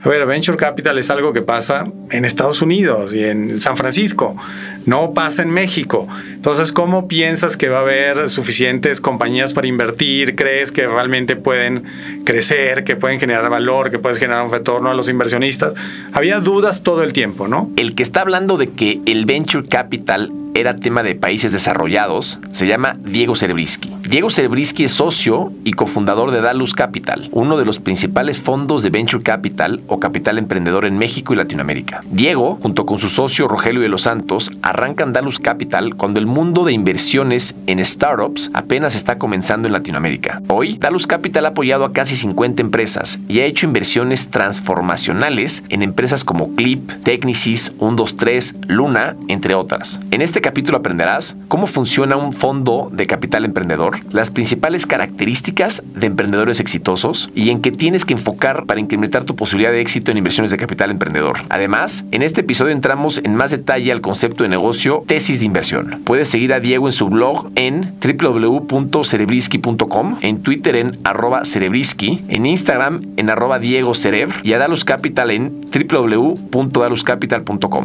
A ver, Venture Capital es algo que pasa en Estados Unidos y en San Francisco, no pasa en México. Entonces, ¿cómo piensas que va a haber suficientes compañías para invertir? ¿Crees que realmente pueden crecer, que pueden generar valor, que puedes generar un retorno a los inversionistas? Había dudas todo el tiempo, ¿no? El que está hablando de que el Venture Capital era tema de países desarrollados se llama Diego Serebrisky. Diego Serebrisky es socio y cofundador de Dalus Capital, uno de los principales fondos de Venture Capital o capital emprendedor en México y Latinoamérica. Diego, junto con su socio Rogelio de los Santos, arrancan Dalus Capital cuando el mundo de inversiones en startups apenas está comenzando en Latinoamérica. Hoy, Dalus Capital ha apoyado a casi 50 empresas y ha hecho inversiones transformacionales en empresas como Clip, Technisys, 123, Luna, entre otras. En este capítulo aprenderás cómo funciona un fondo de capital emprendedor, las principales características de emprendedores exitosos y en qué tienes que enfocar para incrementar tu posibilidad de éxito en inversiones de capital emprendedor. Además, en este episodio entramos en más detalle al concepto de negocio tesis de inversión. Puedes seguir a Diego en su blog en www.cerebrisky.com, en Twitter en @cerebrisky, en Instagram en @DiegoCereb y a Dalus Capital en www.daluscapital.com.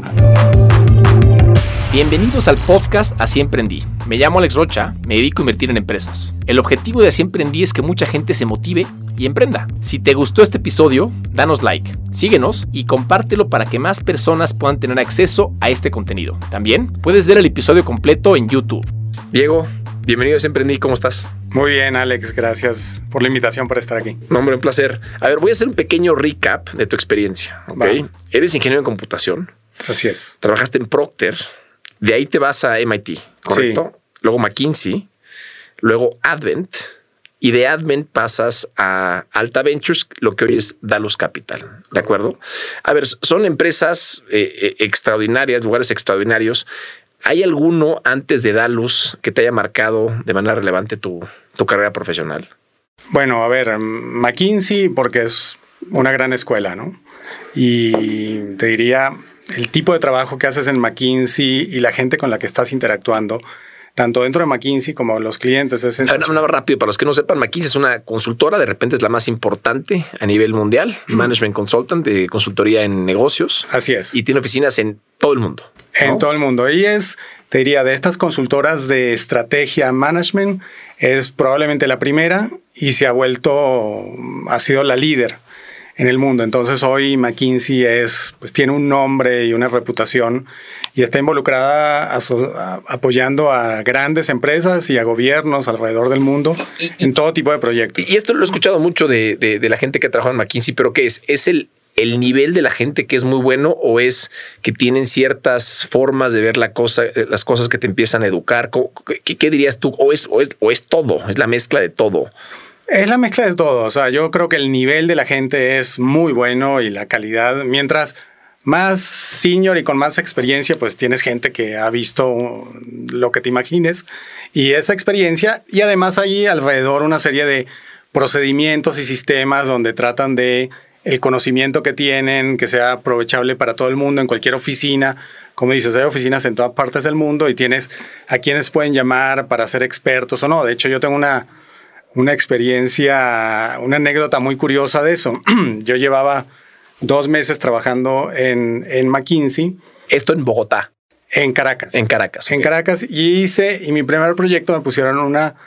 Bienvenidos al podcast Así Emprendí. Me llamo Alex Rocha, me dedico a invertir en empresas. El objetivo de Así Emprendí es que mucha gente se motive y emprenda. Si te gustó este episodio, danos like, síguenos y compártelo para que más personas puedan tener acceso a este contenido. También puedes ver el episodio completo en YouTube. Diego, bienvenido a Así Emprendí, ¿cómo estás? Muy bien, Alex, gracias por la invitación para estar aquí. No, hombre, un placer. A ver, voy a hacer un pequeño recap de tu experiencia, ¿ok? Va. Eres ingeniero en computación. Así es. Trabajaste en Procter. De ahí te vas a MIT, ¿correcto? Sí. Luego McKinsey, luego Advent, y de Advent pasas a Alta Ventures, lo que hoy es Dalus Capital, ¿de acuerdo? A ver, son empresas extraordinarias, lugares extraordinarios. ¿Hay alguno antes de Dalus que te haya marcado de manera relevante tu carrera profesional? Bueno, a ver, McKinsey porque es una gran escuela, ¿no? Y te diría, el tipo de trabajo que haces en McKinsey y la gente con la que estás interactuando, tanto dentro de McKinsey como los clientes. Es no, rápido, para los que no sepan, McKinsey es una consultora, de repente es la más importante a nivel mundial, Management Consultant, de consultoría en negocios. Así es. Y tiene oficinas en todo el mundo, ¿no? En todo el mundo. Y es, te diría, de estas consultoras de estrategia management, es probablemente la primera y ha sido la líder en el mundo. Entonces hoy McKinsey pues tiene un nombre y una reputación y está involucrada apoyando a grandes empresas y a gobiernos alrededor del mundo en todo tipo de proyectos. Y esto lo he escuchado mucho de la gente que trabaja en McKinsey, pero ¿qué es? ¿Es el nivel de la gente que es muy bueno o es que tienen ciertas formas de ver las cosas que te empiezan a educar? ¿Qué dirías tú? ¿O es todo? ¿Es la mezcla de todo? Es la mezcla de todo. O sea, yo creo que el nivel de la gente es muy bueno y la calidad. Mientras más senior y con más experiencia, pues tienes gente que ha visto lo que te imagines y esa experiencia. Y además hay alrededor una serie de procedimientos y sistemas donde tratan de el conocimiento que tienen, que sea aprovechable para todo el mundo en cualquier oficina. Como dices, hay oficinas en todas partes del mundo y tienes a quienes pueden llamar para ser expertos o no. De hecho, yo tengo una experiencia, una anécdota muy curiosa de eso. Yo llevaba 2 meses trabajando en McKinsey. Esto en Bogotá. En Caracas. En Caracas. En Caracas. Y mi primer proyecto me pusieron una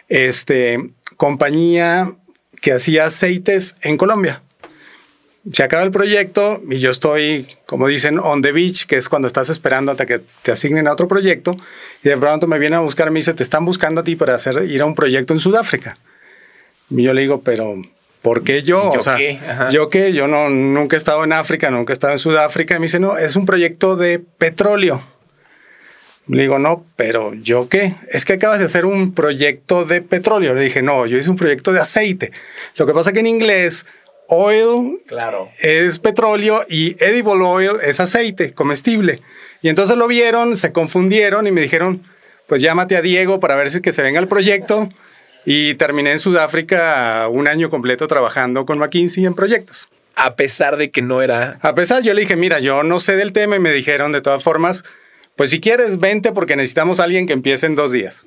compañía que hacía aceites en Colombia. Se acaba el proyecto y yo estoy, como dicen, on the beach, que es cuando estás esperando hasta que te asignen a otro proyecto. Y de pronto me vienen a buscar y me dice, te están buscando a ti para ir a un proyecto en Sudáfrica. Y yo le digo, pero ¿por qué yo? Sí, o sea, ¿qué? ¿yo qué? Yo nunca he estado en África, nunca he estado en Sudáfrica. Y me dice, no, es un proyecto de petróleo. Le digo, no, pero ¿yo qué? Es que acabas de hacer un proyecto de petróleo. Le dije, no, yo hice un proyecto de aceite. Lo que pasa que en inglés oil, claro, es petróleo y edible oil es aceite comestible. Y entonces lo vieron, se confundieron y me dijeron, pues llámate a Diego para ver si que se venga el proyecto. Y terminé en Sudáfrica 1 año completo trabajando con McKinsey en proyectos. A pesar de que no era... A pesar, yo le dije, mira, yo no sé del tema y me dijeron de todas formas, pues si quieres, vente porque necesitamos a alguien que empiece en 2 días.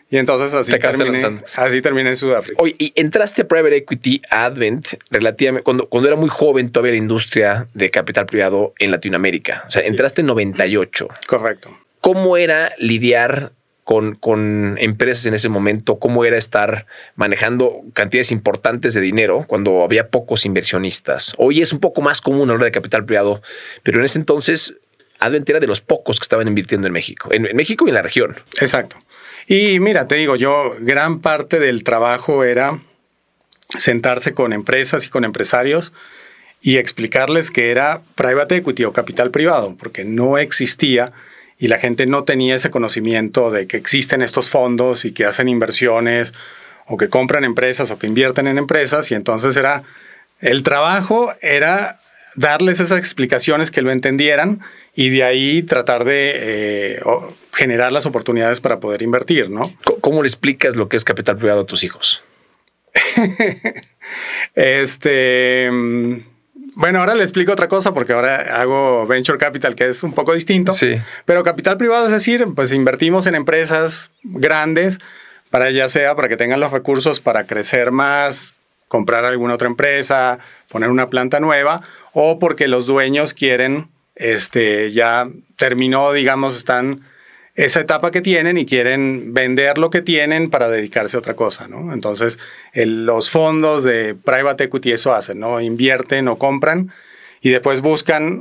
Y entonces así terminé en Sudáfrica. Oye, y entraste a Private Equity Advent relativamente cuando era muy joven todavía la industria de capital privado en Latinoamérica. O sea, entraste en 98. Correcto. ¿Cómo era lidiar con empresas en ese momento? ¿Cómo era estar manejando cantidades importantes de dinero cuando había pocos inversionistas? Hoy es un poco más común hablar de capital privado, pero en ese entonces Advent era de los pocos que estaban invirtiendo en México. En México y en la región. Exacto. Y mira, te digo, gran parte del trabajo era sentarse con empresas y con empresarios y explicarles que era private equity o capital privado, porque no existía y la gente no tenía ese conocimiento de que existen estos fondos y que hacen inversiones o que compran empresas o que invierten en empresas. Y entonces el trabajo era darles esas explicaciones que lo entendieran y de ahí tratar de generar las oportunidades para poder invertir, ¿no? ¿Cómo le explicas lo que es capital privado a tus hijos? Bueno, ahora le explico otra cosa porque ahora hago Venture Capital, que es un poco distinto. Sí. Pero capital privado es decir, pues invertimos en empresas grandes ya sea para que tengan los recursos para crecer más, comprar alguna otra empresa, poner una planta nueva, o porque los dueños quieren, ya terminó, digamos, están esa etapa que tienen y quieren vender lo que tienen para dedicarse a otra cosa, ¿no? Entonces, los fondos de private equity eso hacen, ¿no? Invierten o compran y después buscan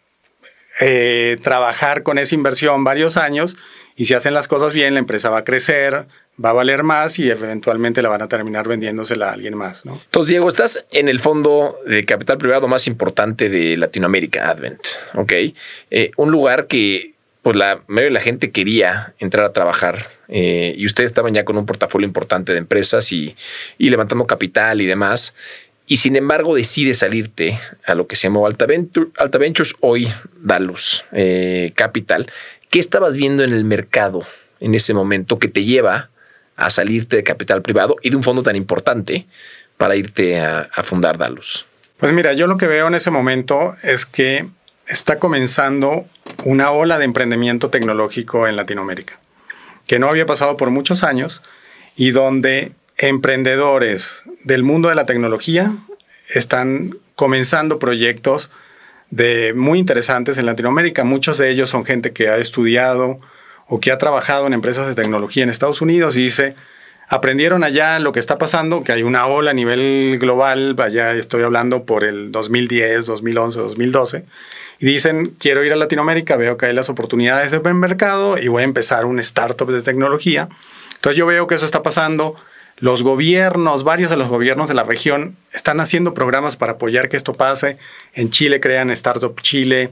trabajar con esa inversión varios años y si hacen las cosas bien, la empresa va a crecer, va a valer más y eventualmente la van a terminar vendiéndosela a alguien más, ¿no? Entonces, Diego, estás en el fondo de capital privado más importante de Latinoamérica, Advent, ¿ok? Un lugar que pues la mayoría de la gente quería entrar a trabajar y ustedes estaban ya con un portafolio importante de empresas y levantando capital y demás. Y sin embargo decides salirte a lo que se llamó Alta Ventures, hoy Dalus Capital. ¿Qué estabas viendo en el mercado en ese momento que te lleva a salirte de capital privado y de un fondo tan importante para irte a fundar Dalus? Pues mira, yo lo que veo en ese momento es que está comenzando una ola de emprendimiento tecnológico en Latinoamérica, que no había pasado por muchos años y donde emprendedores del mundo de la tecnología están comenzando proyectos muy interesantes en Latinoamérica. Muchos de ellos son gente que ha estudiado o que ha trabajado en empresas de tecnología en Estados Unidos y aprendieron allá lo que está pasando, que hay una ola a nivel global, allá estoy hablando por el 2010, 2011, 2012, y dicen, quiero ir a Latinoamérica, veo que hay las oportunidades de buen mercado y voy a empezar un startup de tecnología. Entonces yo veo que eso está pasando. Los gobiernos, varios de los gobiernos de la región están haciendo programas para apoyar que esto pase. En Chile crean Startup Chile,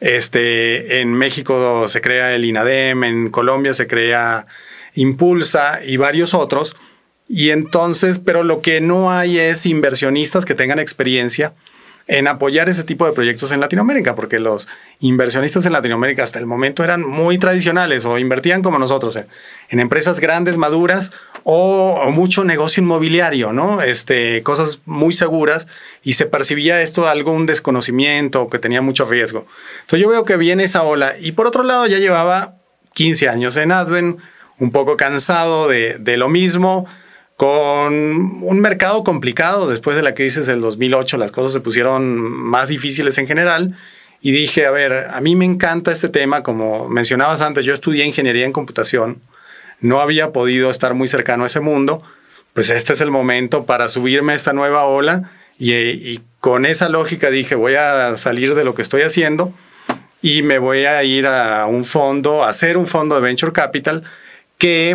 en México se crea el INADEM, en Colombia se crea Impulsa y varios otros. Y entonces, pero lo que no hay es inversionistas que tengan experiencia en apoyar ese tipo de proyectos en Latinoamérica, porque los inversionistas en Latinoamérica hasta el momento eran muy tradicionales o invertían como nosotros en empresas grandes, maduras o mucho negocio inmobiliario, ¿no? Cosas muy seguras y se percibía esto algún desconocimiento o que tenía mucho riesgo. Entonces yo veo que viene esa ola y por otro lado ya llevaba 15 años en Advent, un poco cansado de lo mismo, con un mercado complicado. Después de la crisis del 2008, las cosas se pusieron más difíciles en general. Y dije, a ver, a mí me encanta este tema. Como mencionabas antes, yo estudié ingeniería en computación. No había podido estar muy cercano a ese mundo. Pues este es el momento para subirme a esta nueva ola. Y con esa lógica dije, voy a salir de lo que estoy haciendo y me voy a ir a un fondo, a hacer un fondo de Venture Capital que...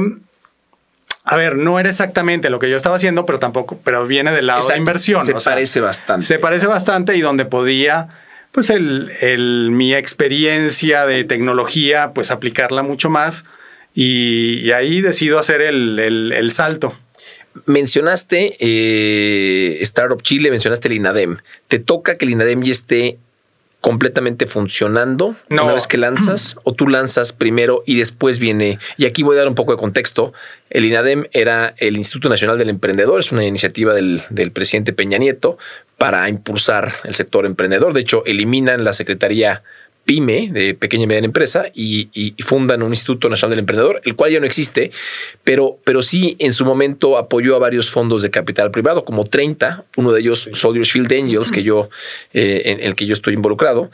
A ver, no era exactamente lo que yo estaba haciendo, pero viene del lado de inversión. Se parece bastante. Se parece bastante y donde podía, pues mi experiencia de tecnología, pues aplicarla mucho más y ahí decido hacer el salto. Mencionaste Startup Chile, mencionaste el INADEM. ¿Te toca que el INADEM ya esté completamente funcionando una vez que lanzas o tú lanzas primero y después viene? Y aquí voy a dar un poco de contexto. El INADEM era el Instituto Nacional del Emprendedor, es una iniciativa del presidente Peña Nieto para impulsar el sector emprendedor. De hecho, eliminan la Secretaría pyme, de pequeña y mediana empresa, y fundan un Instituto Nacional del Emprendedor, el cual ya no existe, pero sí en su momento apoyó a varios fondos de capital privado, como 30, uno de ellos Soldiers Field Angels, en el que yo estoy involucrado.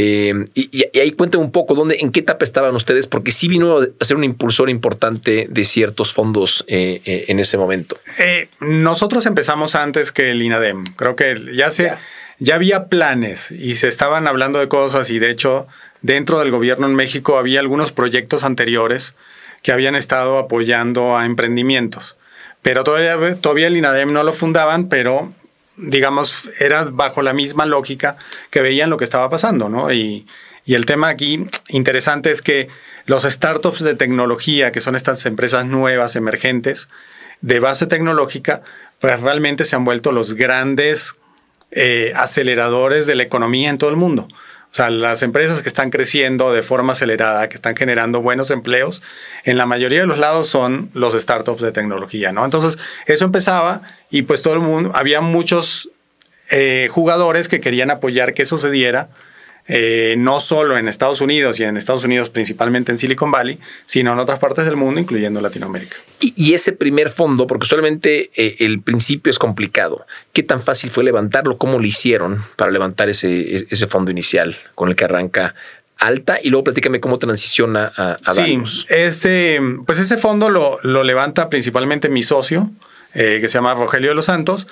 Y ahí cuéntenme un poco en qué etapa estaban ustedes, porque sí vino a ser un impulsor importante de ciertos fondos en ese momento. Nosotros empezamos antes que el INADEM. Creo que ya había planes y se estaban hablando de cosas, y de hecho dentro del gobierno en México había algunos proyectos anteriores que habían estado apoyando a emprendimientos. Pero todavía el INADEM no lo fundaban, pero digamos era bajo la misma lógica que veían lo que estaba pasando, ¿no? Y el tema aquí interesante es que los startups de tecnología, que son estas empresas nuevas, emergentes, de base tecnológica, pues realmente se han vuelto los grandes aceleradores de la economía en todo el mundo. O sea, las empresas que están creciendo de forma acelerada, que están generando buenos empleos, en la mayoría de los lados son los startups de tecnología, ¿no? Entonces, eso empezaba y pues todo el mundo, había muchos jugadores que querían apoyar que eso se diera, no solo en Estados Unidos, y en Estados Unidos principalmente en Silicon Valley, sino en otras partes del mundo, incluyendo Latinoamérica. Y ese primer fondo, porque usualmente el principio es complicado, ¿qué tan fácil fue levantarlo? ¿Cómo lo hicieron para levantar ese fondo inicial con el que arranca Alta? Y luego platícame cómo transiciona a Dalus. Sí, pues ese fondo lo levanta principalmente mi socio, que se llama Rogelio de los Santos,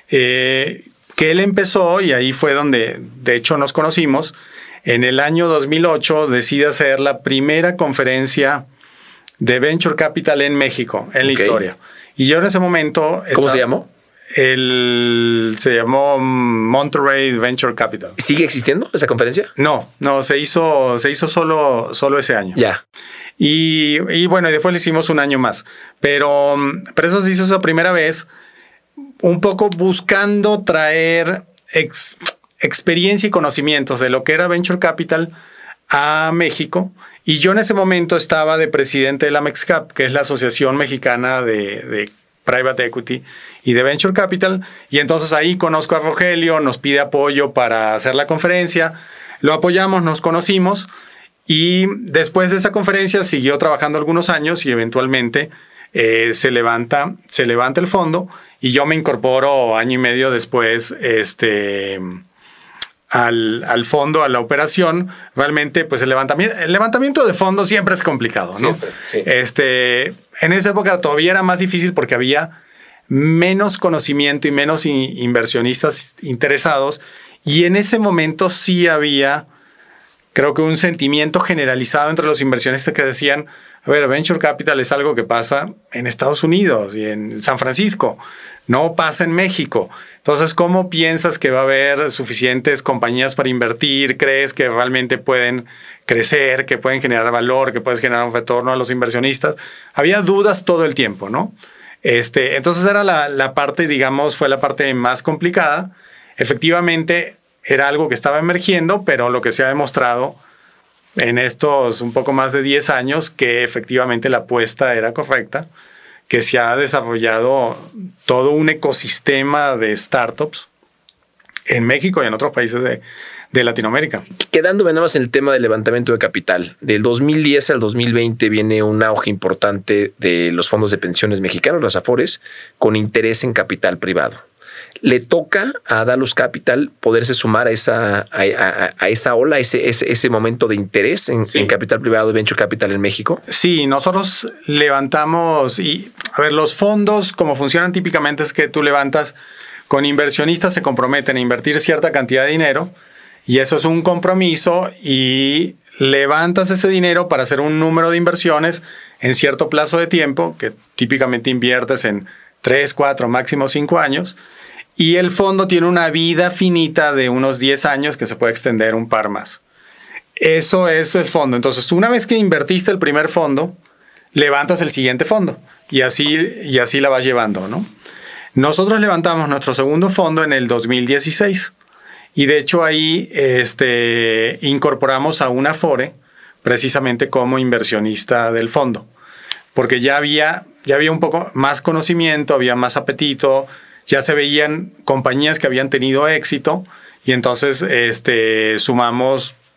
que él empezó, y ahí fue donde de hecho nos conocimos. En el año 2008 decide hacer la primera conferencia de Venture Capital en México, en la historia. Y yo en ese momento... ¿Cómo se llamó? Se llamó Monterrey Venture Capital. ¿Sigue existiendo esa conferencia? No, se hizo solo ese año. Ya. Y bueno, y después le hicimos un año más. Pero eso se hizo esa primera vez, un poco buscando traer experiencia y conocimientos de lo que era Venture Capital a México. Y yo en ese momento estaba de presidente de la MEXCAP, que es la Asociación Mexicana de Private Equity y de Venture Capital. Y entonces ahí conozco a Rogelio, nos pide apoyo para hacer la conferencia. Lo apoyamos, nos conocimos. Y después de esa conferencia siguió trabajando algunos años y eventualmente se levanta el fondo, y yo me incorporo año y medio después al fondo, a la operación. Realmente, pues el levantamiento de fondos siempre es complicado, ¿no? Siempre, sí. En esa época todavía era más difícil porque había menos conocimiento y menos inversionistas interesados, y en ese momento sí había, creo que, un sentimiento generalizado entre los inversionistas que decían: a ver, Venture Capital es algo que pasa en Estados Unidos y en San Francisco, no pasa en México. Entonces, ¿cómo piensas que va a haber suficientes compañías para invertir? ¿Crees que realmente pueden crecer, que pueden generar valor, que puedes generar un retorno a los inversionistas? Había dudas todo el tiempo, ¿no? Entonces era la parte, digamos, fue la parte más complicada. Efectivamente, era algo que estaba emergiendo, pero lo que se ha demostrado en estos un poco más de 10 años, que efectivamente la apuesta era correcta, que se ha desarrollado todo un ecosistema de startups en México y en otros países de Latinoamérica. Quedándome nada más en el tema del levantamiento de capital, del 2010 al 2020 viene un auge importante de los fondos de pensiones mexicanos, las AFORES, con interés en capital privado. Le toca a Dalus Capital poderse sumar a esa ola, ese momento de interés en capital privado, Venture Capital en México. Sí, nosotros levantamos, y a ver, los fondos, como funcionan típicamente, es que tú levantas con inversionistas, se comprometen a invertir cierta cantidad de dinero, y eso es un compromiso, y levantas ese dinero para hacer un número de inversiones en cierto plazo de tiempo, que típicamente inviertes en 3, 4, máximo 5 años. Y el fondo tiene una vida finita de unos 10 años que se puede extender un par más. Eso es el fondo. Entonces, una vez que invertiste el primer fondo, levantas el siguiente fondo y así la vas llevando, ¿no? Nosotros levantamos nuestro segundo fondo en el 2016 y de hecho ahí incorporamos a una Afore precisamente como inversionista del fondo, porque ya había un poco más conocimiento, había más apetito. Ya se veían compañías que habían tenido éxito y entonces sumamos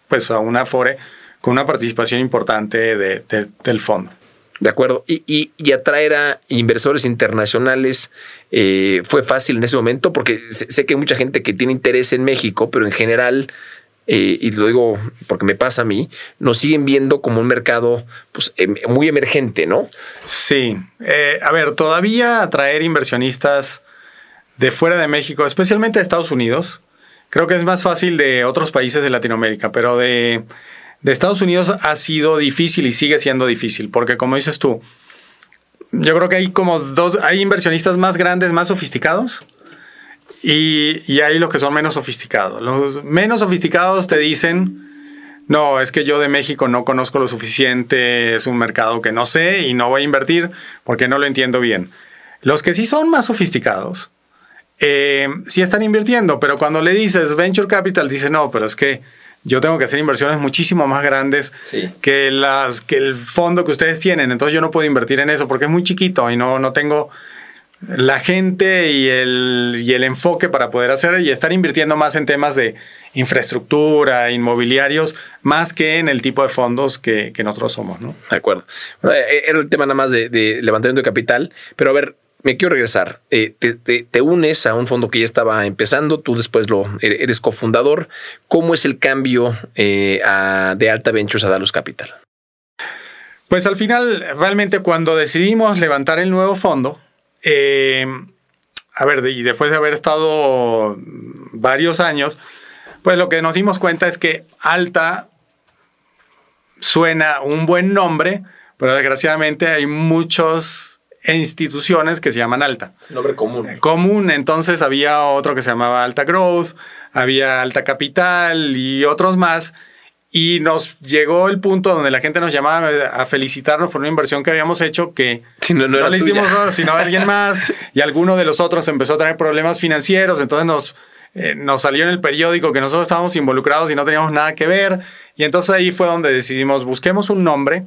pues a un Afore con una participación importante del fondo. De acuerdo. Y atraer a inversores internacionales fue fácil en ese momento, porque sé que hay mucha gente que tiene interés en México, pero en general, y lo digo porque me pasa a mí, nos siguen viendo como un mercado pues, muy emergente, ¿no? Sí. A ver, todavía atraer inversionistas de fuera de México, especialmente de Estados Unidos, creo que es más fácil de otros países de Latinoamérica, pero de Estados Unidos ha sido difícil y sigue siendo difícil, porque como dices tú, yo creo que hay hay inversionistas más grandes, más sofisticados, y hay los que son menos sofisticados. Los menos sofisticados te dicen, no, es que yo de México no conozco lo suficiente, es un mercado que no sé y no voy a invertir porque no lo entiendo bien. Los que sí son más sofisticados, sí están invirtiendo, pero cuando le dices Venture Capital, dice, no, pero es que yo tengo que hacer inversiones muchísimo más grandes que el fondo que ustedes tienen. Entonces yo no puedo invertir en eso porque es muy chiquito y no tengo la gente y el enfoque para poder hacer y estar invirtiendo más en temas de infraestructura, inmobiliarios, más que en el tipo de fondos que nosotros somos, ¿no? De acuerdo. Bueno, era el tema nada más de levantamiento de capital, pero a ver, me quiero regresar. Te unes a un fondo que ya estaba empezando, tú después eres cofundador. ¿Cómo es el cambio de Alta Ventures a Dalus Capital? Pues al final, realmente cuando decidimos levantar el nuevo fondo, y después de haber estado varios años, pues lo que nos dimos cuenta es que Alta suena un buen nombre, pero desgraciadamente hay muchas instituciones que se llaman Alta. Es un nombre común. Común, entonces había otro que se llamaba Alta Growth, había Alta Capital y otros más. Y nos llegó el punto donde la gente nos llamaba a felicitarnos por una inversión que habíamos hecho que no la hicimos nosotros, sino a alguien más. Y alguno de los otros empezó a tener problemas financieros. Entonces nos salió en el periódico que nosotros estábamos involucrados y no teníamos nada que ver. Y entonces ahí fue donde decidimos, busquemos un nombre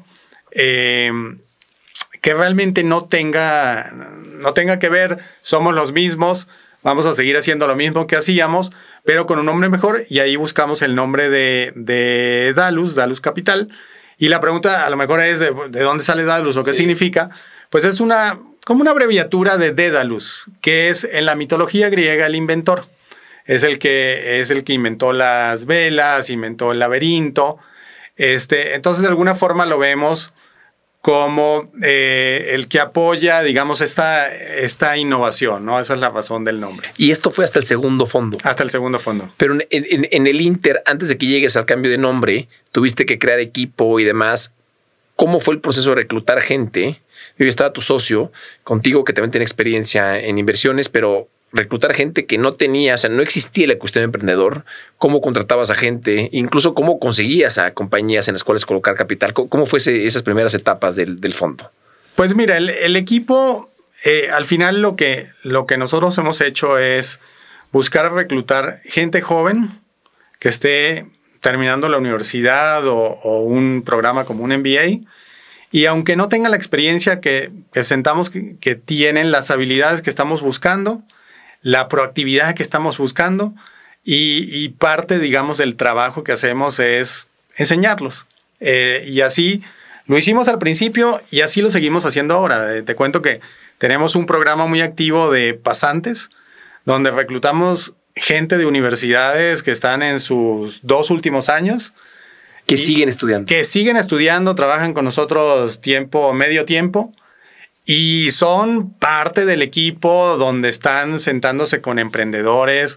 que realmente no tenga que ver, somos los mismos, vamos a seguir haciendo lo mismo que hacíamos, pero con un nombre mejor, y ahí buscamos el nombre de Dalus Capital. Y la pregunta a lo mejor es ¿de dónde sale Dalus o qué significa? Pues es como una abreviatura de Dédalus, que es en la mitología griega el inventor. Es el que inventó las velas, inventó el laberinto. Entonces de alguna forma lo vemos como el que apoya, digamos, esta innovación, ¿no? Esa es la razón del nombre. Y esto fue hasta el segundo fondo. Hasta el segundo fondo. Pero en el Inter, antes de que llegues al cambio de nombre, tuviste que crear equipo y demás. ¿Cómo fue el proceso de reclutar gente? Yo estaba tu socio contigo, que también tiene experiencia en inversiones, pero reclutar gente que no tenía, o sea, no existía el ecosistema emprendedor. ¿Cómo contratabas a gente? Incluso cómo conseguías a compañías en las cuales colocar capital. ¿Cómo fue esas primeras etapas del fondo? Pues mira, el equipo, al final lo que nosotros hemos hecho es buscar reclutar gente joven que esté terminando la universidad o un programa como un MBA. Y aunque no tenga la experiencia que sentamos que tienen, las habilidades que estamos buscando, la proactividad que estamos buscando, y parte, digamos, del trabajo que hacemos es enseñarlos. Y así lo hicimos al principio y así lo seguimos haciendo ahora. Te cuento que tenemos un programa muy activo de pasantes, donde reclutamos gente de universidades que están en sus 2 últimos años. Que siguen estudiando. Que siguen estudiando, trabajan con nosotros medio tiempo. Y son parte del equipo donde están sentándose con emprendedores,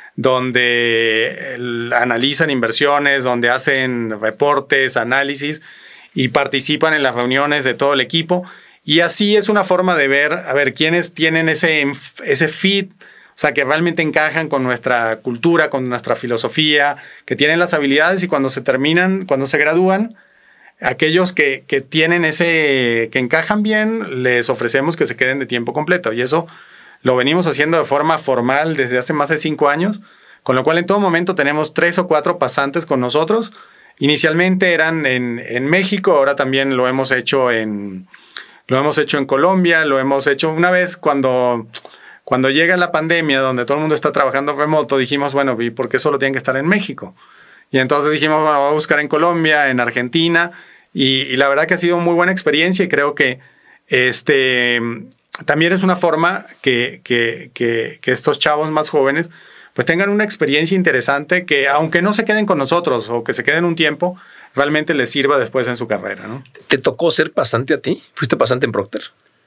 donde analizan inversiones, donde hacen reportes, análisis y participan en las reuniones de todo el equipo. Y así es una forma de ver, a ver, quiénes tienen ese fit, o sea, que realmente encajan con nuestra cultura, con nuestra filosofía, que tienen las habilidades, y cuando se gradúan, aquellos que tienen que encajan bien, les ofrecemos que se queden de tiempo completo. Y eso lo venimos haciendo de forma formal desde hace más de 5 años, con lo cual en todo momento tenemos 3 o 4 pasantes con nosotros. Inicialmente eran en México, ahora también lo hemos hecho en Colombia, lo hemos hecho una vez cuando llega la pandemia, donde todo el mundo está trabajando remoto, dijimos, bueno, ¿y por qué solo tienen que estar en México? Y entonces dijimos, bueno, voy a buscar en Colombia, en Argentina, y la verdad que ha sido muy buena experiencia y creo que también es una forma que estos chavos más jóvenes pues tengan una experiencia interesante que aunque no se queden con nosotros o que se queden un tiempo, realmente les sirva después en su carrera, ¿no? ¿Te tocó ser pasante a ti? ¿Fuiste pasante en Procter?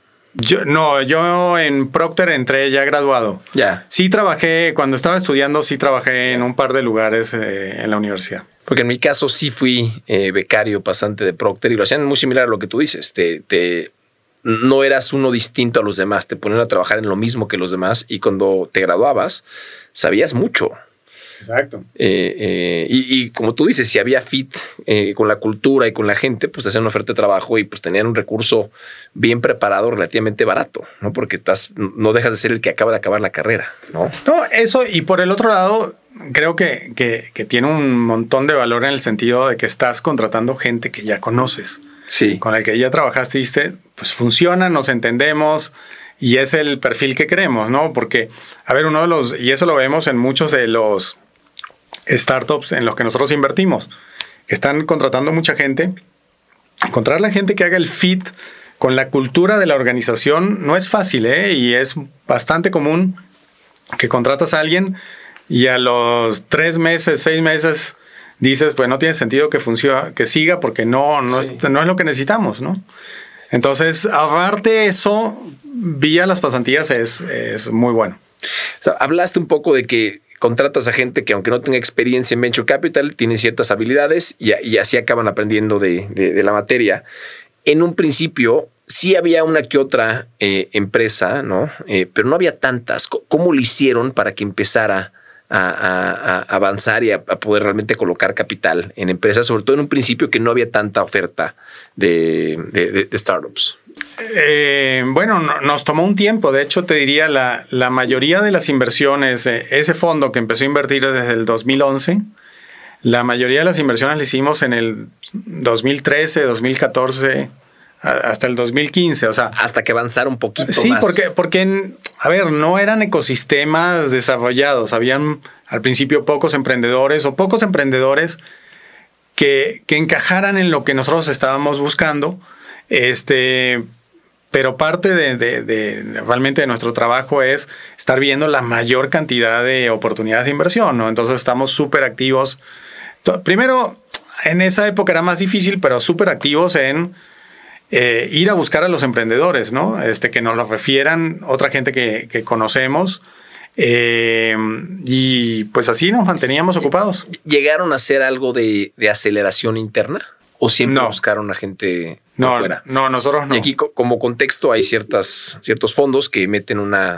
Yo en Procter entré ya graduado. Ya. Sí trabajé, cuando estaba estudiando, sí trabajé en un par de lugares en la universidad. Porque en mi caso sí fui becario pasante de Procter y lo hacían muy similar a lo que tú dices. No eras uno distinto a los demás, te ponían a trabajar en lo mismo que los demás y cuando te graduabas sabías mucho. Exacto. Y como tú dices, si había fit con la cultura y con la gente, pues te hacían una oferta de trabajo y pues tenían un recurso bien preparado, relativamente barato, ¿no? Porque no dejas de ser el que acaba de acabar la carrera, ¿no? No, eso, y por el otro lado, creo que tiene un montón de valor en el sentido de que estás contratando gente que ya conoces. Sí. Con el que ya trabajaste, pues funciona, nos entendemos y es el perfil que queremos, ¿no? Porque, a ver, y eso lo vemos en muchos de los startups en los que nosotros invertimos, que están contratando mucha gente. Encontrar la gente que haga el fit con la cultura de la organización no es fácil, ¿eh? Y es bastante común que contratas a alguien y a los 3 meses, 6 meses dices, pues no tiene sentido que siga porque no es lo que necesitamos, ¿no? Entonces, ahorrarte eso vía las pasantías es muy bueno. O sea, hablaste un poco de que contratas a gente que aunque no tenga experiencia en Venture Capital, tiene ciertas habilidades y así acaban aprendiendo de la materia. En un principio sí había una que otra empresa, ¿no? Pero no había tantas. ¿Cómo lo hicieron para que empezara a avanzar y a poder realmente colocar capital en empresas, sobre todo en un principio que no había tanta oferta de startups? Bueno, nos tomó un tiempo. De hecho, te diría, la mayoría de las inversiones, ese fondo que empezó a invertir desde el 2011, la mayoría de las inversiones las hicimos en el 2013, 2014, hasta el 2015. O sea, hasta que avanzara un poquito más. Sí, porque a ver, no eran ecosistemas desarrollados. Habían al principio pocos emprendedores que encajaran en lo que nosotros estábamos buscando. Pero parte de realmente de nuestro trabajo es estar viendo la mayor cantidad de oportunidades de inversión, ¿no? Entonces estamos súper activos. Primero, en esa época era más difícil, pero súper activos en ir a buscar a los emprendedores, ¿no? Que nos los refieran otra gente que conocemos. Y pues así nos manteníamos ocupados. ¿Llegaron a hacer algo de aceleración interna? ¿O siempre buscaron a gente fuera? No, nosotros no. Y aquí, como contexto, hay ciertos fondos que meten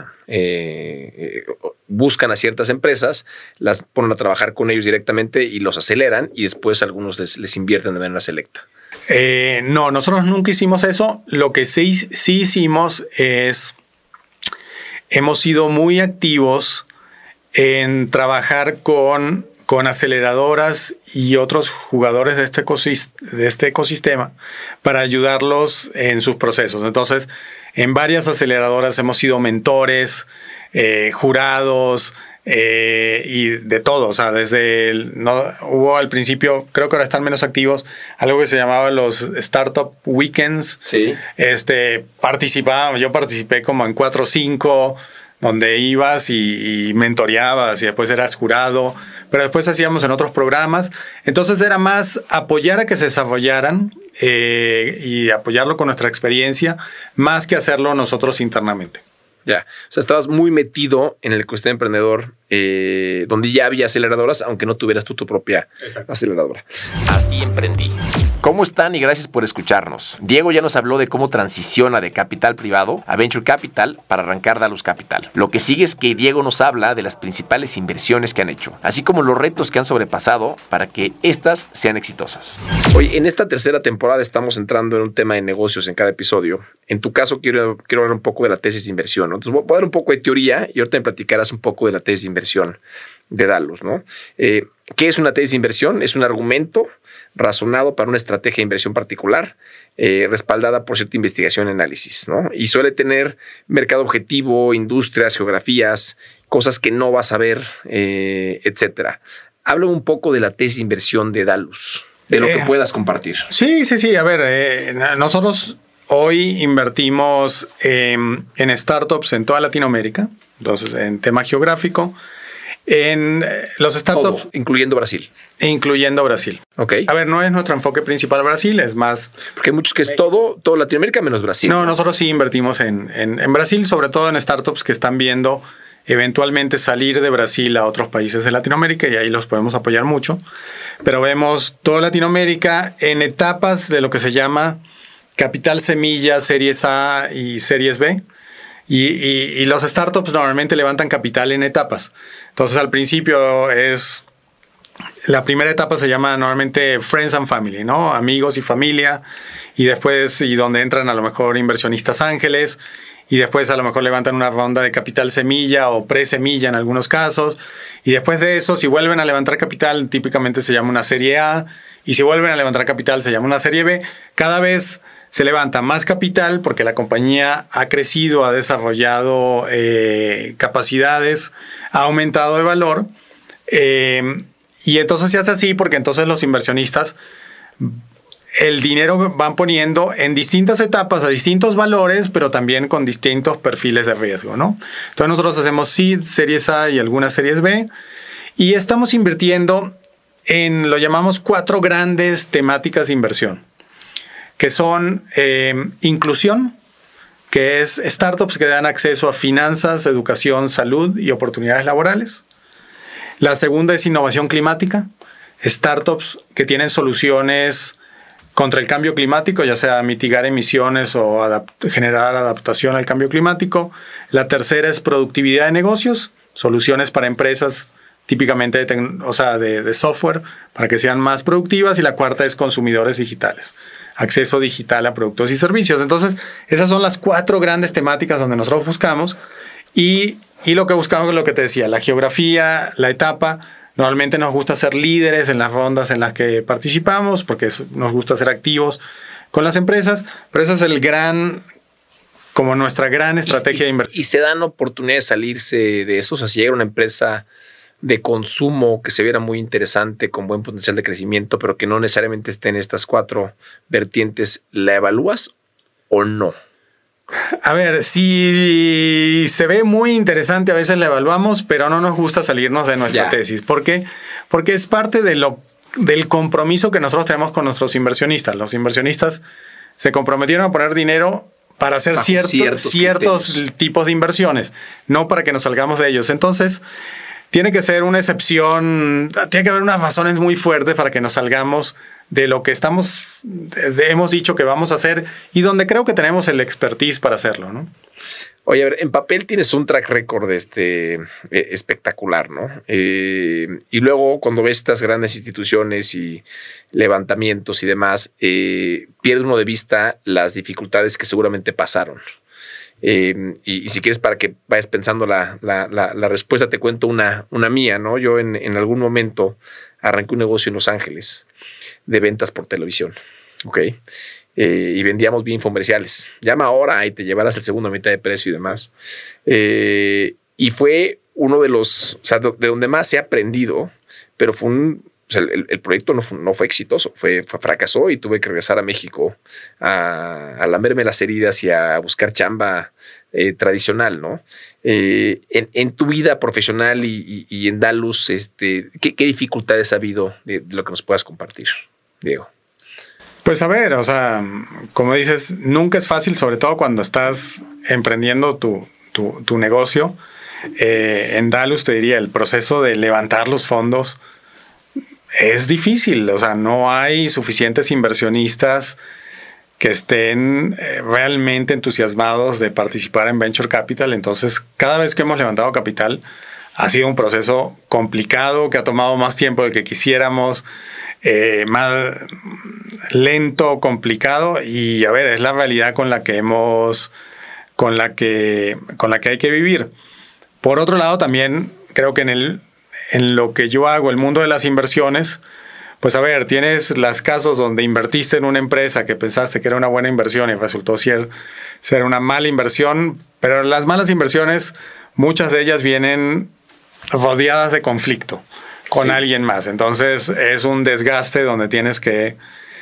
buscan a ciertas empresas, las ponen a trabajar con ellos directamente y los aceleran y después algunos les invierten de manera selecta. No, nosotros nunca hicimos eso. Lo que sí hicimos es, hemos sido muy activos en trabajar con aceleradoras y otros jugadores de este ecosistema para ayudarlos en sus procesos. Entonces, en varias aceleradoras hemos sido mentores, jurados y de todo. O sea, hubo al principio, creo que ahora están menos activos, algo que se llamaba los Startup Weekends. Sí. Yo participé como en 4 o 5, donde ibas y mentoreabas y después eras jurado, pero después hacíamos en otros programas. Entonces era más apoyar a que se desarrollaran y apoyarlo con nuestra experiencia, más que hacerlo nosotros internamente. Ya, o sea, estabas muy metido en el ecosistema emprendedor, donde ya había aceleradoras, aunque no tuvieras tú tu propia aceleradora. Así emprendí. ¿Cómo están? Y gracias por escucharnos. Diego ya nos habló de cómo transiciona de capital privado a Venture Capital para arrancar Dalus Capital. Lo que sigue es que Diego nos habla de las principales inversiones que han hecho, así como los retos que han sobrepasado para que estas sean exitosas. Hoy, en esta tercera temporada estamos entrando en un tema de negocios en cada episodio. En tu caso, quiero hablar un poco de la tesis de inversión, ¿no? Entonces, voy a dar un poco de teoría y ahorita me platicarás un poco de la tesis de inversión de Dalus, ¿no? ¿Qué es una tesis de inversión? Es un argumento razonado para una estrategia de inversión particular, respaldada por cierta investigación y análisis, ¿no? Y suele tener mercado objetivo, industrias, geografías, cosas que no vas a ver, etcétera. Habla un poco de la tesis de inversión de Dalus, de lo que puedas compartir. Sí. A ver, nosotros hoy invertimos en startups en toda Latinoamérica, entonces en tema geográfico, en los startups. Todo, incluyendo Brasil. Incluyendo Brasil. Ok. A ver, no es nuestro enfoque principal Brasil, es más... Porque hay muchos que es todo Latinoamérica menos Brasil. No, nosotros sí invertimos en Brasil, sobre todo en startups que están viendo eventualmente salir de Brasil a otros países de Latinoamérica y ahí los podemos apoyar mucho. Pero vemos toda Latinoamérica en etapas de lo que se llama capital semilla, series A y series B. Y los startups normalmente levantan capital en etapas. Entonces al principio la primera etapa se llama normalmente Friends and Family, ¿no? Amigos y familia. Y después, donde entran a lo mejor inversionistas ángeles. Y después a lo mejor levantan una ronda de capital semilla o pre-semilla en algunos casos. Y después de eso, si vuelven a levantar capital, típicamente se llama una serie A. Y si vuelven a levantar capital, se llama una serie B. Cada vez se levanta más capital porque la compañía ha crecido, ha desarrollado capacidades, ha aumentado de valor. Y entonces se hace así porque entonces los inversionistas el dinero van poniendo en distintas etapas a distintos valores, pero también con distintos perfiles de riesgo, ¿no? Entonces nosotros hacemos seed, series A y algunas series B y estamos invirtiendo en, lo llamamos 4 grandes temáticas de inversión, que son inclusión, que es startups que dan acceso a finanzas, educación, salud y oportunidades laborales. La segunda es innovación climática, startups que tienen soluciones contra el cambio climático, ya sea mitigar emisiones o generar adaptación al cambio climático. La tercera es productividad de negocios, soluciones para empresas típicamente de software para que sean más productivas. Y la cuarta es consumidores digitales, acceso digital a productos y servicios. Entonces, esas son las 4 grandes temáticas donde nosotros buscamos. Y lo que buscamos es lo que te decía, la geografía, la etapa. Normalmente nos gusta ser líderes en las rondas en las que participamos porque nos gusta ser activos con las empresas, pero ese es como nuestra gran estrategia de inversión. ¿Y se dan oportunidades de salirse de eso? O sea, si llega una empresa de consumo que se viera muy interesante, con buen potencial de crecimiento, pero que no necesariamente esté en estas 4 vertientes, ¿la evalúas o no? A ver, si se ve muy interesante, a veces la evaluamos, pero no nos gusta salirnos de nuestra tesis. ¿Por qué? Porque es parte del compromiso que nosotros tenemos con nuestros inversionistas. Los inversionistas se comprometieron a poner dinero para hacer ciertos tipos de inversiones, no para que nos salgamos de ellos. Entonces, tiene que ser una excepción, tiene que haber unas razones muy fuertes para que nos salgamos de lo que hemos dicho que vamos a hacer y donde creo que tenemos el expertise para hacerlo, ¿no? Oye, a ver, en papel tienes un track record espectacular, ¿no? Y luego cuando ves estas grandes instituciones y levantamientos y demás, pierde uno de vista las dificultades que seguramente pasaron. Y si quieres, para que vayas pensando la respuesta, te cuento una mía, ¿no? Yo en algún momento arranqué un negocio en Los Ángeles de ventas por televisión, ¿ok? Y vendíamos bien infomerciales. Llama ahora y te llevarás el segundo a mitad de precio y demás. Y fue uno de los, o sea, de donde más he aprendido, pero fue el proyecto no fue exitoso, fracasó y tuve que regresar a México a lamerme las heridas y a buscar chamba tradicional, ¿no? En tu vida profesional y en Dalus, ¿qué dificultades ha habido de lo que nos puedas compartir, Diego? Pues a ver, o sea, como dices, nunca es fácil, sobre todo cuando estás emprendiendo tu negocio. En Dalus te diría, el proceso de levantar los fondos es difícil, o sea, no hay suficientes inversionistas que estén realmente entusiasmados de participar en Venture Capital. Entonces, cada vez que hemos levantado capital, ha sido un proceso complicado, que ha tomado más tiempo del que quisiéramos, más lento, complicado, y a ver, es la realidad con la que hay que vivir. Por otro lado, también creo que en lo que yo hago, el mundo de las inversiones, pues a ver, tienes los casos donde invertiste en una empresa que pensaste que era una buena inversión y resultó ser una mala inversión, pero las malas inversiones, muchas de ellas vienen rodeadas de conflicto. con Sí. alguien más. Entonces es un desgaste donde tienes que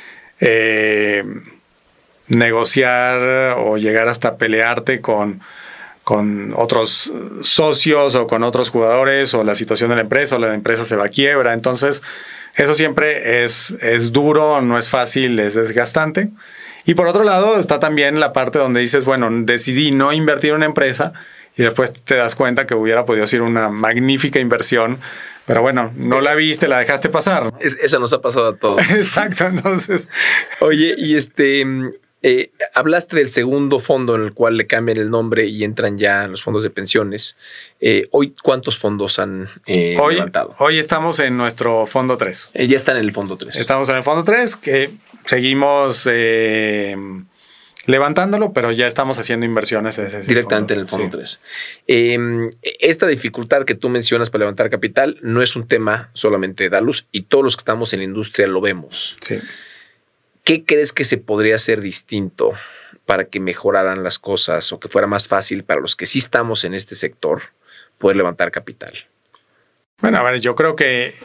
negociar o llegar hasta pelearte con otros socios o con otros jugadores, o la situación de la empresa, o la empresa se va a quiebra. Entonces eso siempre es duro, no es fácil, es desgastante. Y por otro lado está también la parte donde dices, bueno, decidí no invertir en una empresa y después te das cuenta que hubiera podido ser una magnífica inversión, pero bueno, no la viste, la dejaste pasar. Esa nos ha pasado a todos. Exacto, entonces. Oye, y hablaste del segundo fondo en el cual le cambian el nombre y entran ya los fondos de pensiones. Hoy, ¿cuántos fondos han levantado? Hoy estamos en nuestro fondo 3. Ya están en el fondo 3. Estamos en el fondo 3, que seguimos levantándolo, pero ya estamos haciendo inversiones directamente en el fondo 3. Esta dificultad que tú mencionas para levantar capital no es un tema solamente de Dalus, y todos los que estamos en la industria lo vemos. Sí. ¿Qué crees que se podría hacer distinto para que mejoraran las cosas o que fuera más fácil para los que sí estamos en este sector poder levantar capital? Bueno, a ver, yo creo que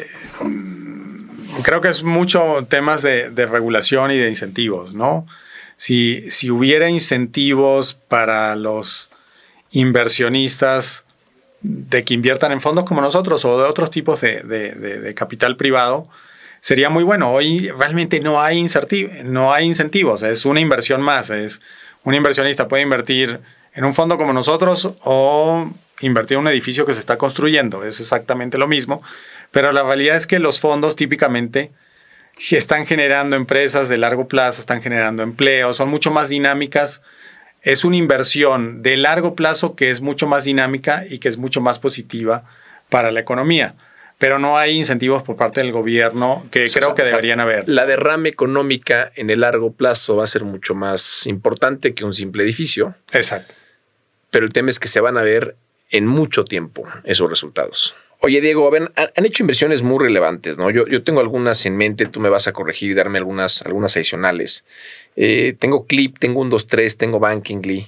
es mucho temas de regulación y de incentivos, ¿no? Si hubiera incentivos para los inversionistas de que inviertan en fondos como nosotros o de otros tipos de capital privado, sería muy bueno. Hoy realmente no hay incentivos. Es una inversión más. Un inversionista puede invertir en un fondo como nosotros o invertir en un edificio que se está construyendo. Es exactamente lo mismo. Pero la realidad es que los fondos típicamente están generando empresas de largo plazo, están generando empleo, son mucho más dinámicas. Es una inversión de largo plazo que es mucho más dinámica y que es mucho más positiva para la economía. Pero no hay incentivos por parte del gobierno que creo que deberían haber. La derrama económica en el largo plazo va a ser mucho más importante que un simple edificio. Exacto. Pero el tema es que se van a ver en mucho tiempo esos resultados. Oye, Diego, a ver, han hecho inversiones muy relevantes, ¿no? Yo tengo algunas en mente, tú me vas a corregir y darme algunas adicionales. Tengo Clip, tengo 123, tengo Bankingly.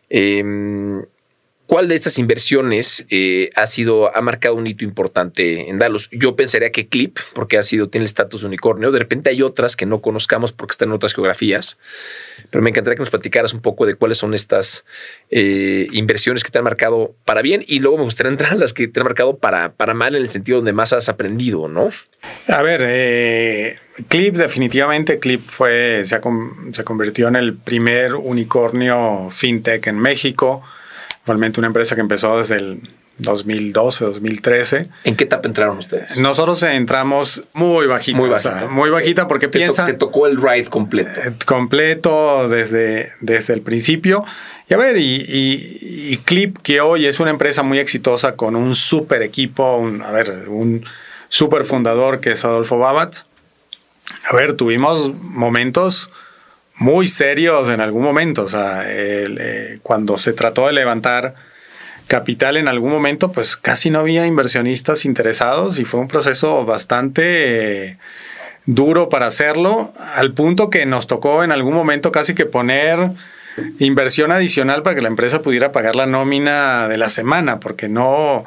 ¿Cuál de estas inversiones ha marcado un hito importante en Dalus? Yo pensaría que Clip, porque tiene el estatus de unicornio. De repente hay otras que no conozcamos porque están en otras geografías. Pero me encantaría que nos platicaras un poco de cuáles son estas inversiones que te han marcado para bien, y luego me gustaría entrar en las que te han marcado para mal, en el sentido donde más has aprendido, ¿no? A ver, Clip, definitivamente Clip se convirtió en el primer unicornio fintech en México. Realmente una empresa que empezó desde el 2012, 2013. ¿En qué etapa entraron ustedes? Nosotros entramos muy bajita. Muy bajita. O sea, muy bajita porque te tocó el ride completo. Completo desde el principio. Y a ver, y Clip, que hoy es una empresa muy exitosa con un súper equipo, un súper fundador que es Adolfo Babatz. A ver, tuvimos momentos muy serios en algún momento. O sea, cuando se trató de levantar capital en algún momento, pues casi no había inversionistas interesados y fue un proceso bastante duro para hacerlo, al punto que nos tocó en algún momento casi que poner inversión adicional para que la empresa pudiera pagar la nómina de la semana, porque no,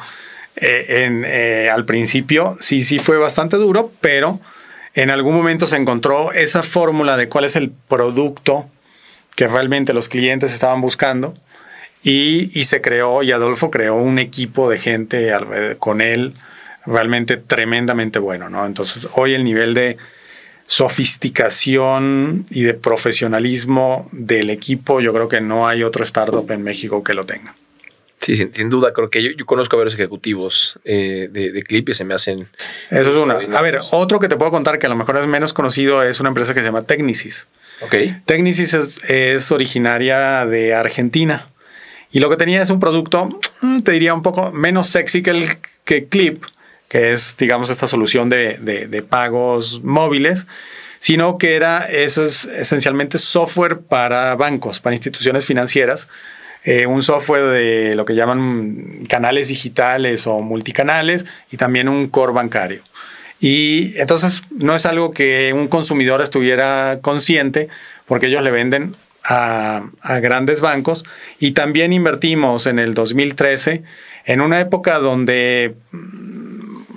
al principio sí fue bastante duro, pero en algún momento se encontró esa fórmula de cuál es el producto que realmente los clientes estaban buscando y se creó, y Adolfo creó un equipo de gente con él realmente tremendamente bueno, ¿no? Entonces hoy el nivel de sofisticación y de profesionalismo del equipo, yo creo que no hay otro startup en México que lo tenga. Sí, sin duda, creo que yo conozco a varios ejecutivos de Clip y se me hacen... Eso es una. A ver, otro que te puedo contar que a lo mejor es menos conocido es una empresa que se llama Technisys. Okay. Technisys es originaria de Argentina y lo que tenía es un producto, te diría, un poco menos sexy que Clip, que es, digamos, esta solución de pagos móviles, sino que eso es esencialmente software para bancos, para instituciones financieras. Un software de lo que llaman canales digitales o multicanales y también un core bancario. Y entonces no es algo que un consumidor estuviera consciente porque ellos le venden a grandes bancos. Y también invertimos en el 2013 en una época donde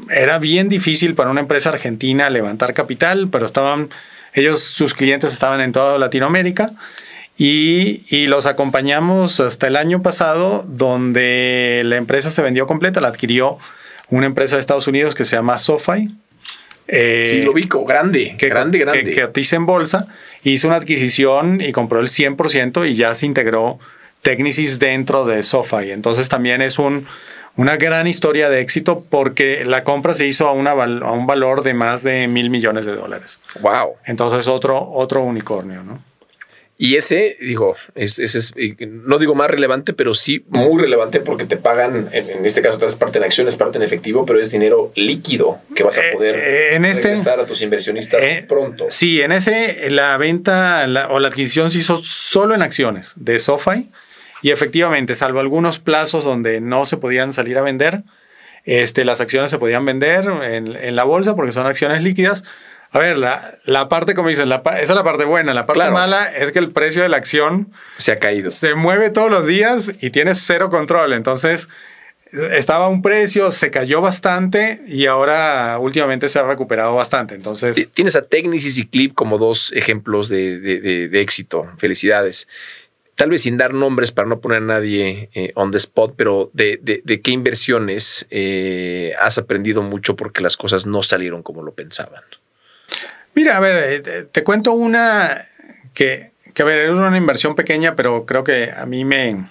era bien difícil para una empresa argentina levantar capital, pero sus clientes estaban en toda Latinoamérica y los acompañamos hasta el año pasado, donde la empresa se vendió completa, la adquirió una empresa de Estados Unidos que se llama SoFi. Sí, lo ubico, grande. Que cotiza en bolsa, hizo una adquisición y compró el 100% y ya se integró Technisys dentro de SoFi. Entonces también es una gran historia de éxito, porque la compra se hizo a un valor de más de $1,000 millones. Wow. Entonces otro unicornio, ¿no? Y ese, no digo más relevante, pero sí muy relevante, porque te pagan, en este caso, es parte en acciones, parte en efectivo, pero es dinero líquido que vas a poder regresar a tus inversionistas pronto. Sí, en ese la venta o la adquisición se hizo solo en acciones de SoFi, y efectivamente, salvo algunos plazos donde no se podían salir a vender, las acciones se podían vender en la bolsa porque son acciones líquidas. A ver, la parte, como dicen, esa es la parte buena. La parte mala es que el precio de la acción se ha caído. Se mueve todos los días y tienes cero control. Entonces, estaba a un precio, se cayó bastante y ahora últimamente se ha recuperado bastante. Entonces, tienes a Technisys y Clip como dos ejemplos de éxito. Felicidades. Tal vez sin dar nombres para no poner a nadie on the spot, pero ¿de qué inversiones has aprendido mucho porque las cosas no salieron como lo pensaban? Mira, a ver, te cuento una que a ver, es una inversión pequeña, pero creo que a mí me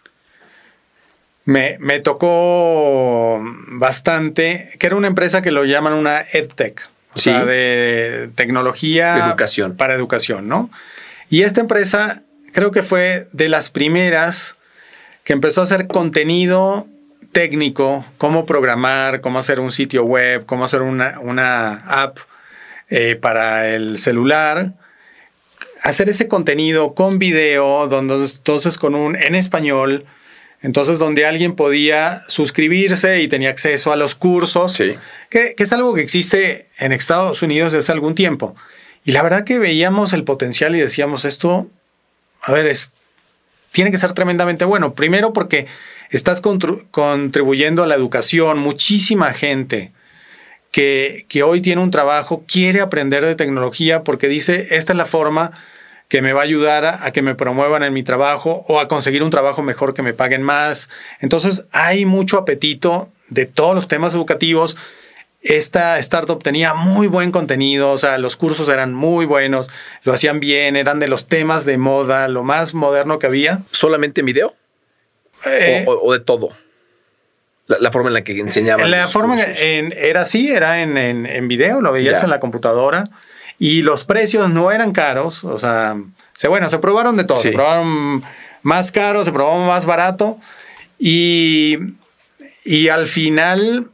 tocó bastante, que era una empresa que lo llaman una EdTech, o sea, de tecnología educación. Para educación, ¿no? Y esta empresa creo que fue de las primeras que empezó a hacer contenido técnico, cómo programar, cómo hacer un sitio web, cómo hacer una app para el celular, hacer ese contenido con video, entonces en español, entonces donde alguien podía suscribirse y tenía acceso a los cursos, sí. que es algo que existe en Estados Unidos desde hace algún tiempo. Y la verdad que veíamos el potencial y decíamos, esto, a ver, tiene que ser tremendamente bueno. Primero porque estás contribuyendo a la educación. Muchísima gente que hoy tiene un trabajo quiere aprender de tecnología porque dice, esta es la forma que me va a ayudar a que me promuevan en mi trabajo o a conseguir un trabajo mejor, que me paguen más. Entonces hay mucho apetito de todos los temas educativos. Esta startup tenía muy buen contenido, o sea, los cursos eran muy buenos, lo hacían bien, eran de los temas de moda, lo más moderno que había. ¿Solamente en video? ¿O de todo? La forma en la que enseñaban. La forma era así, era en video, lo veías en la computadora y los precios no eran caros. O sea, se probaron de todo. Sí. Se probaron más caro, se probó más barato y al final,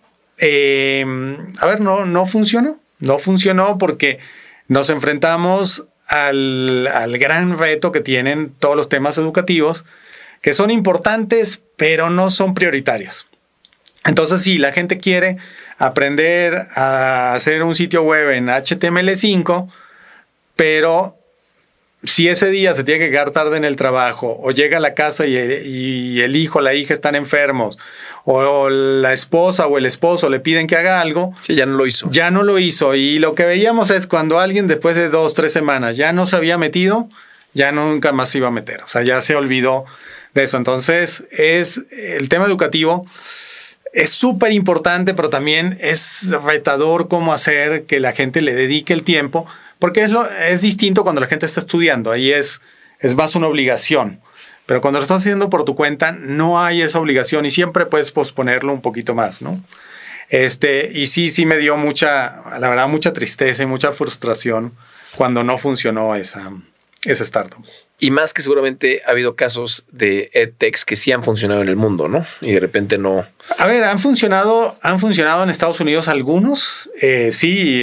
no funcionó. No funcionó porque nos enfrentamos al gran reto que tienen todos los temas educativos, que son importantes, pero no son prioritarios. Entonces, sí, la gente quiere aprender a hacer un sitio web en HTML5, pero si ese día se tiene que quedar tarde en el trabajo, o llega a la casa y el hijo o la hija están enfermos, o la esposa o el esposo le piden que haga algo. Sí, ya no lo hizo. Ya no lo hizo. Y lo que veíamos es cuando alguien después de 2-3 semanas ya no se había metido, ya nunca más se iba a meter. O sea, ya se olvidó de eso. Entonces, el tema educativo es súper importante, pero también es retador cómo hacer que la gente le dedique el tiempo, porque es distinto cuando la gente está estudiando. Ahí es más una obligación. Pero cuando lo estás haciendo por tu cuenta, no hay esa obligación y siempre puedes posponerlo un poquito más, ¿no? Y sí me dio la verdad, mucha tristeza y mucha frustración cuando no funcionó esa startup. Y más que seguramente ha habido casos de EdTechs que sí han funcionado en el mundo, ¿no? Y de repente no. A ver, han funcionado en Estados Unidos algunos, sí,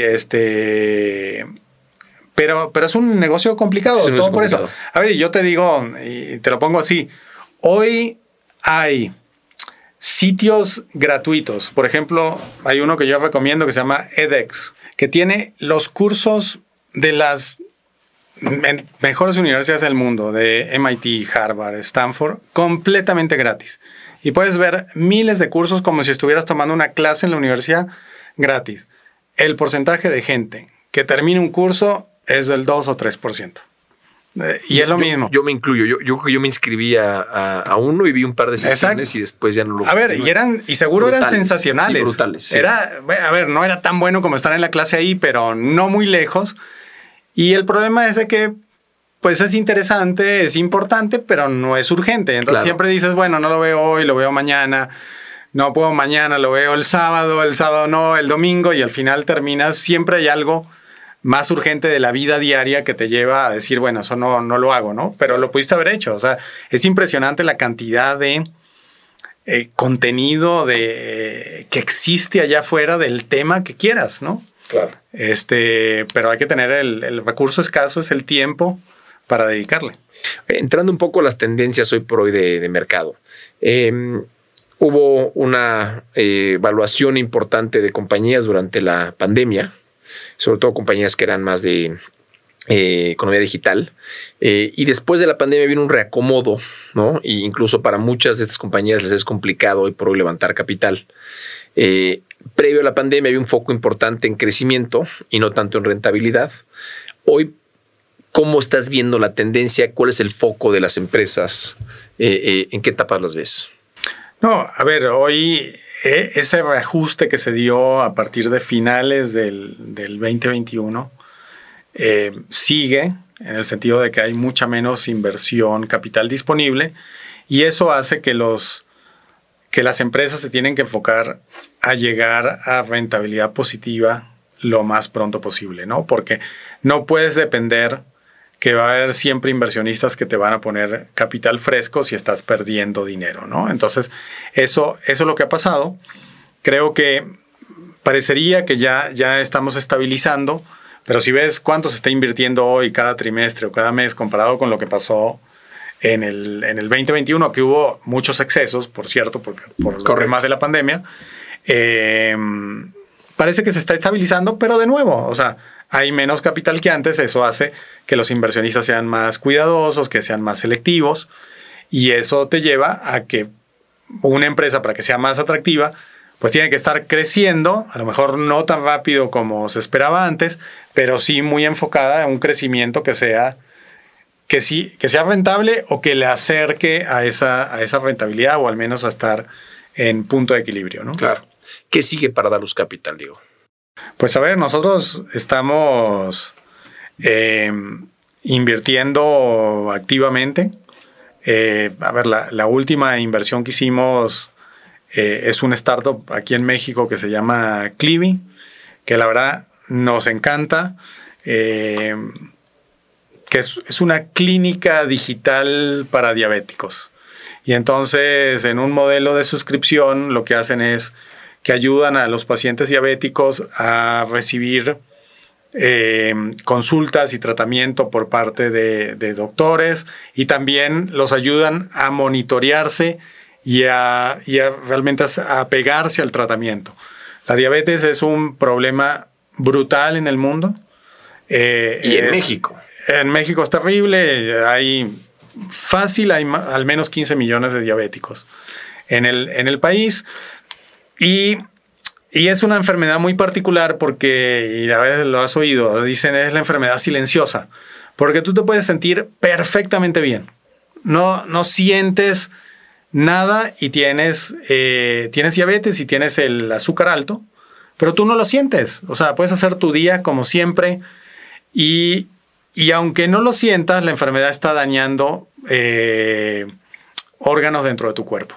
pero es un negocio complicado, sí, todo por eso. A ver, yo te digo, y te lo pongo así, hoy hay sitios gratuitos. Por ejemplo, hay uno que yo recomiendo que se llama edX, que tiene los cursos de las mejores universidades del mundo, de MIT, Harvard, Stanford, completamente gratis. Y puedes ver miles de cursos como si estuvieras tomando una clase en la universidad gratis. El porcentaje de gente que termina un curso es del 2 o 3%. Y es lo mismo. Yo me incluyo. Yo me inscribí a uno y vi un par de sesiones y después ya no lo... A ver, y seguro brutales, eran sensacionales. Sí, brutales. Sí. No era tan bueno como estar en la clase ahí, pero no muy lejos. Y el problema es de que pues es interesante, es importante, pero no es urgente. Entonces siempre dices, bueno, no lo veo hoy, lo veo mañana. No puedo mañana, lo veo el sábado no, el domingo, y al final terminas, siempre hay algo más urgente de la vida diaria que te lleva a decir, bueno, eso no lo hago, ¿no? Pero lo pudiste haber hecho. O sea, es impresionante la cantidad de contenido que existe allá afuera del tema que quieras, ¿no? Claro. Pero hay que tener el recurso escaso, es el tiempo para dedicarle. Entrando un poco a las tendencias hoy por hoy de mercado. Hubo una evaluación importante de compañías durante la pandemia, sobre todo compañías que eran más de economía digital. Y después de la pandemia vino un reacomodo, ¿no? Y incluso para muchas de estas compañías les es complicado hoy por hoy levantar capital. Previo a la pandemia había un foco importante en crecimiento y no tanto en rentabilidad. Hoy, ¿cómo estás viendo la tendencia? ¿Cuál es el foco de las empresas? ¿En qué etapas las ves? No, a ver, hoy ese reajuste que se dio a partir de finales del 2021 sigue en el sentido de que hay mucha menos inversión capital disponible, y eso hace que las empresas se tienen que enfocar a llegar a rentabilidad positiva lo más pronto posible, ¿no? Porque no puedes depender que va a haber siempre inversionistas que te van a poner capital fresco si estás perdiendo dinero, ¿no? Entonces, eso es lo que ha pasado. Creo que parecería que ya estamos estabilizando, pero si ves cuánto se está invirtiendo hoy cada trimestre o cada mes comparado con lo que pasó en el 2021, que hubo muchos excesos, por cierto, por los temas de la pandemia, parece que se está estabilizando, pero de nuevo, o sea, hay menos capital que antes. Eso hace que los inversionistas sean más cuidadosos, que sean más selectivos, y eso te lleva a que una empresa, para que sea más atractiva, pues tiene que estar creciendo, a lo mejor no tan rápido como se esperaba antes, pero sí muy enfocada a un crecimiento que sea rentable o que le acerque a esa rentabilidad, o al menos a estar en punto de equilibrio, ¿no? Claro. ¿Qué sigue para Dalus Capital, Diego? Pues a ver, nosotros estamos invirtiendo activamente. A ver, la última inversión que hicimos es un startup aquí en México que se llama Clivi, que la verdad nos encanta, que es una clínica digital para diabéticos. Y entonces, en un modelo de suscripción, lo que hacen es que ayudan a los pacientes diabéticos a recibir consultas y tratamiento por parte de doctores, y también los ayudan a monitorearse y a realmente a pegarse al tratamiento. La diabetes es un problema brutal en el mundo. Y en México. En México es terrible. Hay al menos 15 millones de diabéticos en el país. Y es una enfermedad muy particular porque, y a veces lo has oído, dicen es la enfermedad silenciosa, porque tú te puedes sentir perfectamente bien. No sientes nada y tienes diabetes y tienes el azúcar alto, pero tú no lo sientes. O sea, puedes hacer tu día como siempre, y aunque no lo sientas, la enfermedad está dañando órganos dentro de tu cuerpo.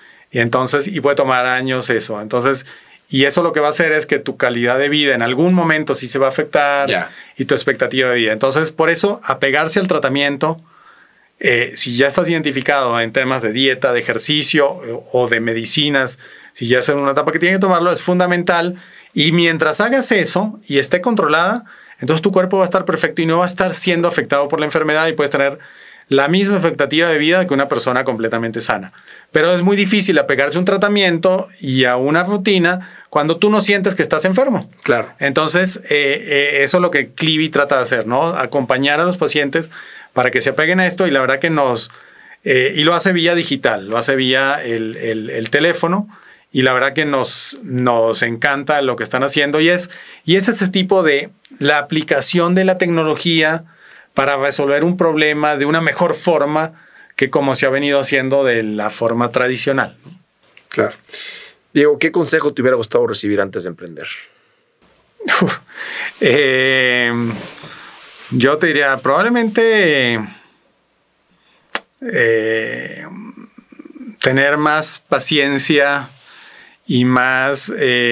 Y puede tomar años eso. Entonces, y eso lo que va a hacer es que tu calidad de vida en algún momento sí se va a afectar, y tu expectativa de vida. Entonces, por eso, apegarse al tratamiento, si ya estás identificado en temas de dieta, de ejercicio o de medicinas, si ya es en una etapa que tiene que tomarlo, es fundamental. Y mientras hagas eso y esté controlada, entonces tu cuerpo va a estar perfecto y no va a estar siendo afectado por la enfermedad, y puedes tener la misma expectativa de vida que una persona completamente sana. Pero es muy difícil apegarse a un tratamiento y a una rutina cuando tú no sientes que estás enfermo. Claro. Entonces, eso es lo que Clivi trata de hacer, ¿no? Acompañar a los pacientes para que se apeguen a esto, y la verdad que y lo hace vía digital, lo hace vía el teléfono, y la verdad que nos encanta lo que están haciendo y es ese tipo de la aplicación de la tecnología para resolver un problema de una mejor forma que como se ha venido haciendo de la forma tradicional. Claro. Diego, ¿qué consejo te hubiera gustado recibir antes de emprender? Yo te diría, probablemente tener más paciencia y más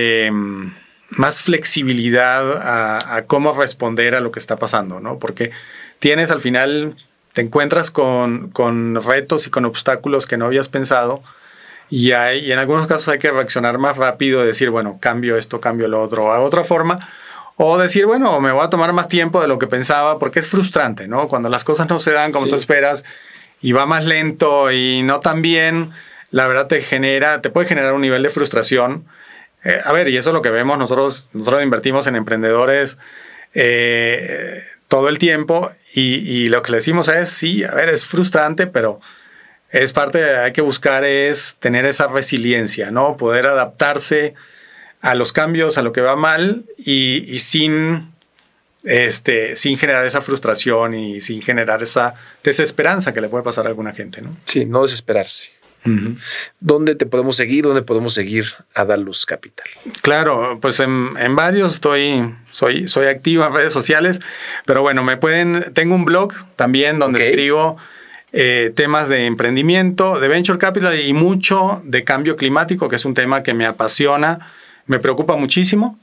flexibilidad a cómo responder a lo que está pasando, ¿no? Porque tienes al final, te encuentras con retos y con obstáculos que no habías pensado y en algunos casos hay que reaccionar más rápido, decir, bueno, cambio esto, cambio lo otro, a otra forma, o decir, bueno, me voy a tomar más tiempo de lo que pensaba, porque es frustrante, ¿no? Cuando las cosas no se dan como tú esperas y va más lento y no tan bien, la verdad te puede generar un nivel de frustración. A ver, y eso es lo que vemos, nosotros invertimos en emprendedores todo el tiempo y lo que le decimos es, sí, a ver, es frustrante, pero es parte, hay que buscar es tener esa resiliencia, ¿no? Poder adaptarse a los cambios, a lo que va mal y sin generar esa frustración y sin generar esa desesperanza que le puede pasar a alguna gente, ¿no? Sí, no desesperarse. Uh-huh. ¿Dónde te podemos seguir? ¿Dónde podemos seguir a Dalus Capital? Claro, pues en varios soy activo en redes sociales, pero bueno, tengo un blog también donde escribo temas de emprendimiento, de venture capital y mucho de cambio climático, que es un tema que me apasiona, me preocupa muchísimo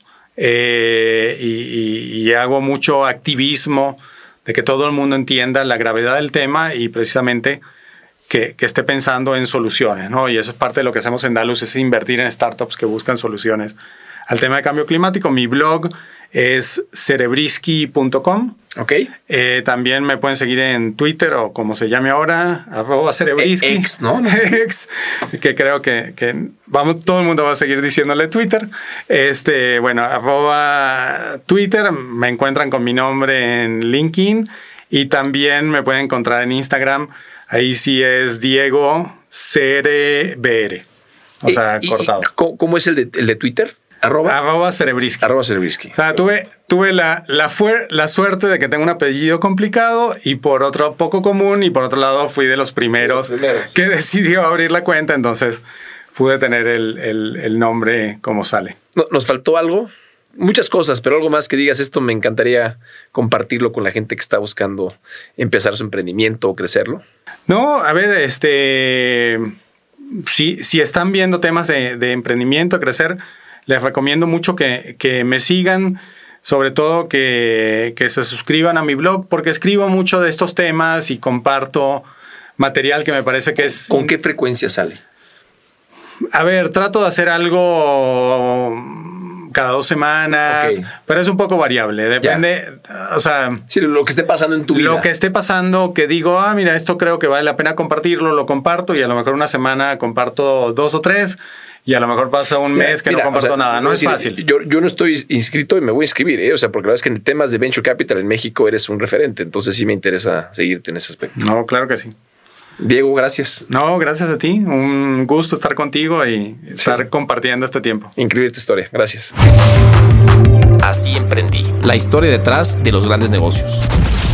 y hago mucho activismo de que todo el mundo entienda la gravedad del tema y precisamente que esté pensando en soluciones, ¿no? Y eso es parte de lo que hacemos en Dalus, es invertir en startups que buscan soluciones al tema de cambio climático. Mi blog es cerebrisky.com. Ok. También me pueden seguir en Twitter o como se llame ahora, @cerebrisky. Ex, ¿no? Ex, que creo que todo el mundo va a seguir diciéndole Twitter. Bueno, @Twitter, me encuentran con mi nombre en LinkedIn y también me pueden encontrar en Instagram. Ahí sí es Diego CRBR. O sea, cortado. ¿Cómo es el de Twitter? @Cerebrisky. @Cerebrisky. O sea, tuve la suerte de que tengo un apellido complicado y por otro poco común, y por otro lado fui de los primeros que decidió abrir la cuenta, entonces pude tener el nombre como sale. ¿Nos faltó algo? Muchas cosas, pero algo más que digas, esto me encantaría compartirlo con la gente que está buscando empezar su emprendimiento o crecerlo. No, a ver, si están viendo temas de emprendimiento, crecer, les recomiendo mucho que me sigan, sobre todo que se suscriban a mi blog, porque escribo mucho de estos temas y comparto material que me parece que es... ¿Con qué frecuencia sale? A ver, trato de hacer algo cada 2 semanas, pero es un poco variable, depende, o sea... Sí, lo que esté pasando en tu vida. Lo que esté pasando, que digo, mira, esto creo que vale la pena compartirlo, lo comparto y a lo mejor una semana comparto 2 o 3 y a lo mejor pasa un mes que no comparto nada, no es fácil. Yo no estoy inscrito y me voy a inscribir, o sea, porque la verdad es que en temas de Venture Capital en México eres un referente, entonces sí me interesa seguirte en ese aspecto. No, claro que sí. Diego, gracias. No, gracias a ti. Un gusto estar contigo y estar compartiendo este tiempo. Increíble tu historia. Gracias. Así emprendí. La historia detrás de los grandes negocios.